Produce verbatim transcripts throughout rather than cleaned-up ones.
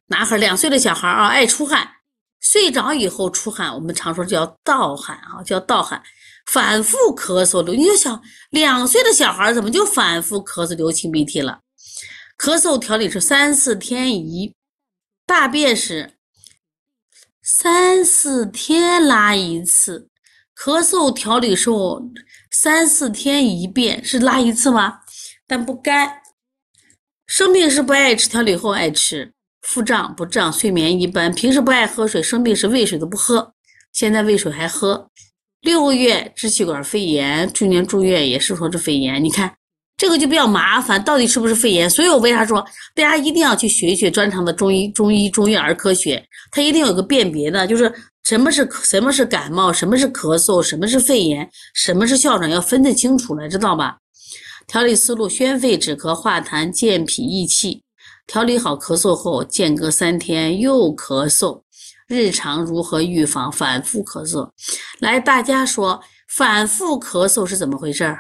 男孩两岁的小孩啊，爱出汗，睡着以后出汗，我们常说叫盗汗啊，叫盗汗。反复咳嗽流，你就想两岁的小孩怎么就反复咳嗽流清鼻涕了？咳嗽调理是三四天一，大便是三四天拉一次，咳嗽调理时候三四天一便，是拉一次吗？但不干。生病时不爱吃，调理后爱吃。腹胀不胀，睡眠一般，平时不爱喝水，生病时喂水都不喝，现在喂水还喝。六个月支气管肺炎，去年住院也是说是肺炎。你看这个就比较麻烦，到底是不是肺炎？所以我为啥说大家一定要去学一学专长的中医、中医、中医儿科学，它一定有个辨别的，就是什么是什么是感冒，什么是咳嗽，什么是肺炎，什么是哮喘，要分得清楚了，知道吧？调理思路：宣肺止咳、化痰、健脾益气。调理好咳嗽后，间隔三天又咳嗽。日常如何预防反复咳嗽？来，大家说反复咳嗽是怎么回事？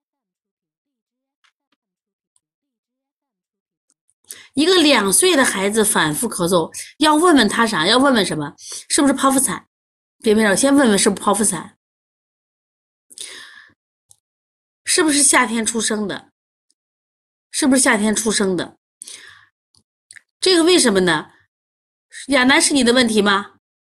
一个两岁的孩子反复咳嗽，要问问他啥？要问问什么？是不是剖腹产？别别别，先问问是不是剖腹产？是不是夏天出生的？是不是夏天出生的？这个为什么呢？亚楠是你的问题吗？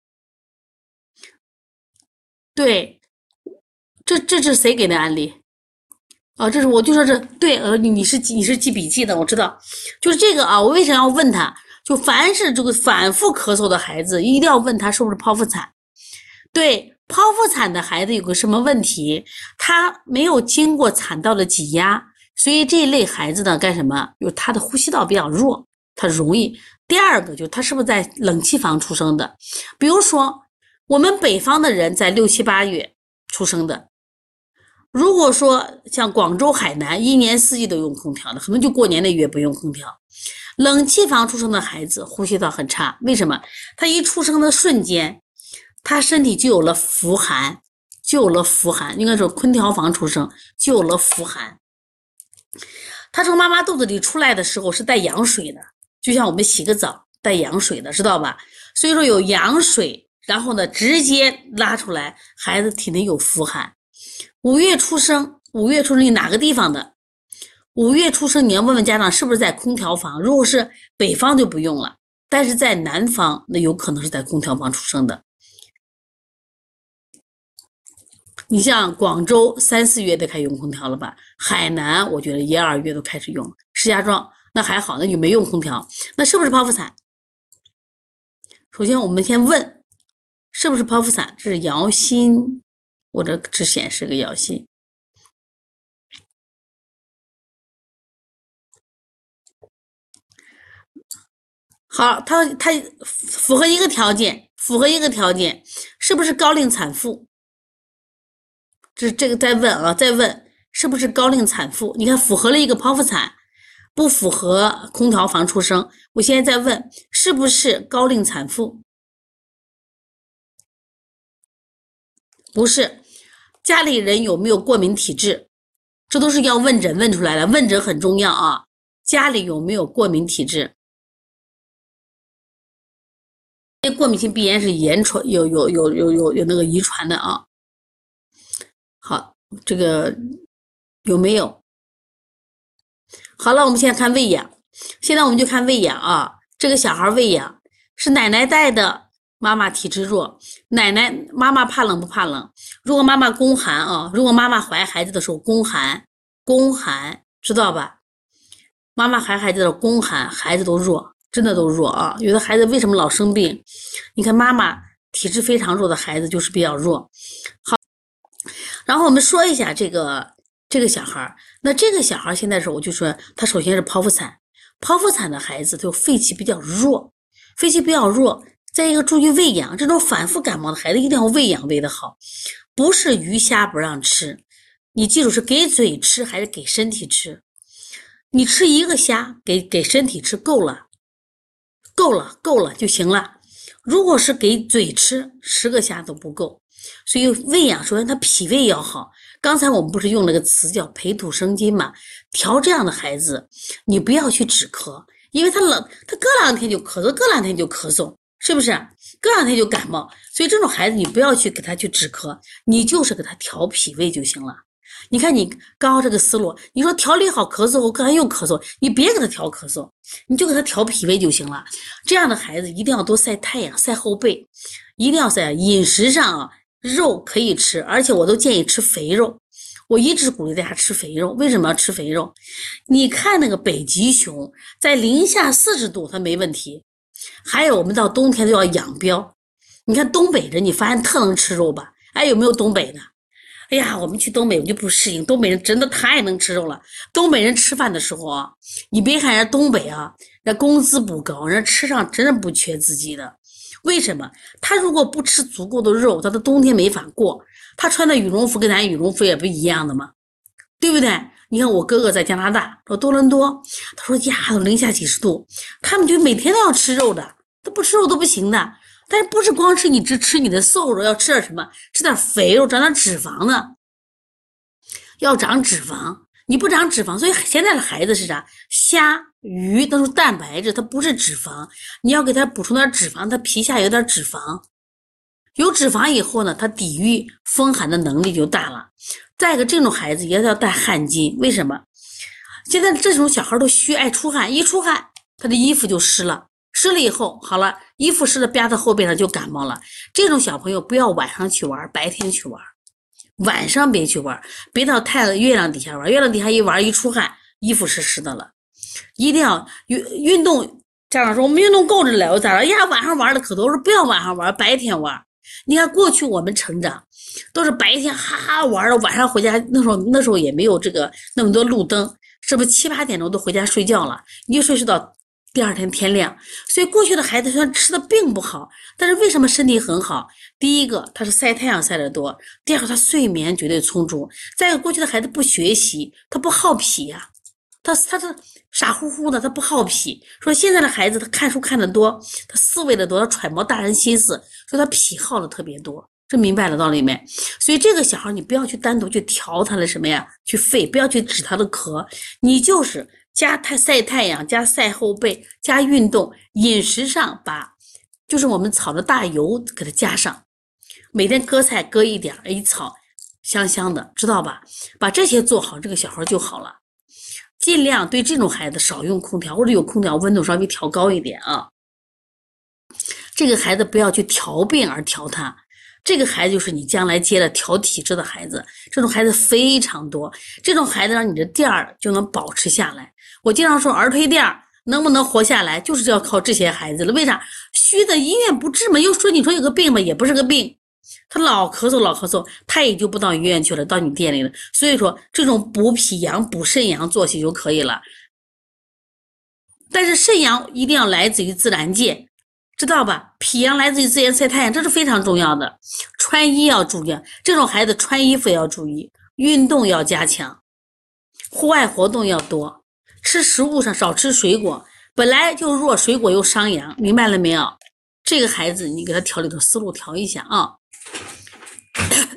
对，这这是谁给的案例？哦，这是我就说这对，呃，你你是你是记笔记的，我知道，就是这个啊。我为什么要问他？就凡是这个反复咳嗽的孩子，一定要问他是不是剖腹产。对，剖腹产的孩子有个什么问题？他没有经过产道的挤压，所以这一类孩子呢，干什么？有他的呼吸道比较弱，他容易。第二个就是他是不是在冷气房出生的？比如说我们北方的人在六七八月出生的，如果说像广州、海南一年四季都用空调的，可能就过年那月不用空调。冷气房出生的孩子呼吸道很差，为什么？他一出生的瞬间，他身体就有了伏寒，就有了伏寒，应该说空调房出生就有了伏寒。他从妈妈肚子里出来的时候是带羊水的，就像我们洗个澡带羊水的，知道吧？所以说有羊水，然后呢直接拉出来，孩子体内有伏寒。五月出生，五月出生你哪个地方的？五月出生你要问问家长是不是在空调房，如果是北方就不用了，但是在南方那有可能是在空调房出生的。你像广州三四月都开始用空调了吧？海南我觉得一二月都开始用了。石家庄那还好，那就没用空调，那是不是剖腹产？首先我们先问是不是剖腹产，这是姚鑫，我这只显示个姚鑫。好，他他符合一个条件，符合一个条件，是不是高龄产妇？这这个再问啊，再问是不是高龄产妇？你看符合了一个剖腹产，不符合空调房出生。我现在再问是不是高龄产妇？不是。家里人有没有过敏体质？这都是要问诊问出来的，问诊很重要啊。家里有没有过敏体质？过敏性鼻炎是遗传，有有有有有有那个遗传的啊。好，这个有没有？好了，我们现在看喂养。现在我们就看喂养啊，这个小孩喂养是奶奶带的，妈妈体质弱，奶奶妈妈怕冷不怕冷？如果妈妈宫寒啊，如果妈妈怀孩子的时候宫寒，宫寒知道吧？妈妈怀孩子的宫寒，孩子都弱，真的都弱啊。有的孩子为什么老生病？你看妈妈体质非常弱的孩子就是比较弱。好，然后我们说一下这个这个小孩，那这个小孩现在的时候我就说他首先是剖腹产，剖腹产的孩子就肺气比较弱，肺气比较弱。再一个注意喂养，这种反复感冒的孩子一定要喂养喂得好，不是鱼虾不让吃，你记住是给嘴吃还是给身体吃？你吃一个虾给给身体吃够了，够了够了就行了。如果是给嘴吃，十个虾都不够。所以喂养首先他脾胃要好。刚才我们不是用了个词叫培土生金嘛？调这样的孩子，你不要去止咳， 因为他冷，他隔两天就咳嗽，隔两天就咳嗽，是不是？隔两天就感冒，所以这种孩子你不要去给他去止咳，你就是给他调脾胃就行了。你看你刚刚这个思路，你说调理好咳嗽后，刚才又咳嗽，你别给他调咳嗽，你就给他调脾胃就行了。这样的孩子一定要多晒太阳，晒后背，一定要晒。饮食上啊，肉可以吃，而且我都建议吃肥肉。我一直鼓励大家吃肥肉，为什么要吃肥肉？你看那个北极熊在零下四十度它没问题，还有我们到冬天都要养膘，你看东北人，你发现特能吃肉吧？哎，有没有东北的？哎呀，我们去东北我就不适应，东北人真的太能吃肉了。东北人吃饭的时候啊，你别看人家东北啊，人家工资不高，人家吃上真的不缺自己的。为什么？他如果不吃足够的肉，他的冬天没法过。他穿的羽绒服跟咱羽绒服也不一样的嘛，对不对？你看我哥哥在加拿大，说多伦多，他说呀，都零下几十度，他们就每天都要吃肉的，他不吃肉都不行的。但是不是光吃你只吃你的瘦肉，要吃点什么？吃点肥肉，长点脂肪呢？要长脂肪，你不长脂肪，所以现在的孩子是啥？虾、鱼都是蛋白质，它不是脂肪。你要给他补充点脂肪，他皮下有点脂肪，有脂肪以后呢，他抵御风寒的能力就大了。再一个，这种孩子也要带汗巾，为什么？现在这种小孩都虚，爱出汗，一出汗，他的衣服就湿了。湿了以后，好了，衣服湿了，吧在后背上就感冒了。这种小朋友不要晚上去玩，白天去玩，晚上别去玩，别到太阳月亮底下玩，月亮底下一玩一出汗，衣服是湿的了。一定要运运动。家长说我们运动够着了，我咋了呀？晚上玩的可多，我说不要晚上玩，白天玩。你看过去我们成长都是白天哈哈玩了，晚上回家，那时候那时候也没有这个那么多路灯，是不是七八点钟都回家睡觉了，一睡睡到第二天天亮。所以过去的孩子虽然吃的并不好，但是为什么身体很好？第一个他是晒太阳晒得多，第二个他睡眠绝对充足，再一个过去的孩子不学习，他不好脾呀、啊，他他是傻乎乎的，他不好脾。说现在的孩子他看书看得多，他思维的多，他揣摩大人心思，所以他脾耗的特别多。这明白了道理没？所以这个小孩你不要去单独去调他的什么呀，去肺，不要去止他的咳，你就是加太晒太阳，加晒后背，加运动，饮食上把就是我们炒的大油给它加上，每天割菜割一点，一炒香香的，知道吧？把这些做好，这个小孩就好了。尽量对这种孩子少用空调，或者有空调温度稍微调高一点啊。这个孩子不要去调病而调他，这个孩子就是你将来接着调体质的孩子，这种孩子非常多。这种孩子让你的店儿就能保持下来。我经常说儿推店能不能活下来，就是要靠这些孩子了。为啥？虚的医院不治嘛，又说你说有个病嘛，也不是个病。他老咳嗽老咳嗽，他也就不到医院去了，到你店里了。所以说这种补脾阳补肾阳做起就可以了。但是肾阳一定要来自于自然界，知道吧？脾阳来自于自然晒太阳，这是非常重要的。穿衣要注意，这种孩子穿衣服要注意，运动要加强，户外活动要多，吃食物上少吃水果，本来就弱，水果又伤阳，明白了没有？这个孩子你给他调理的思路调一下啊。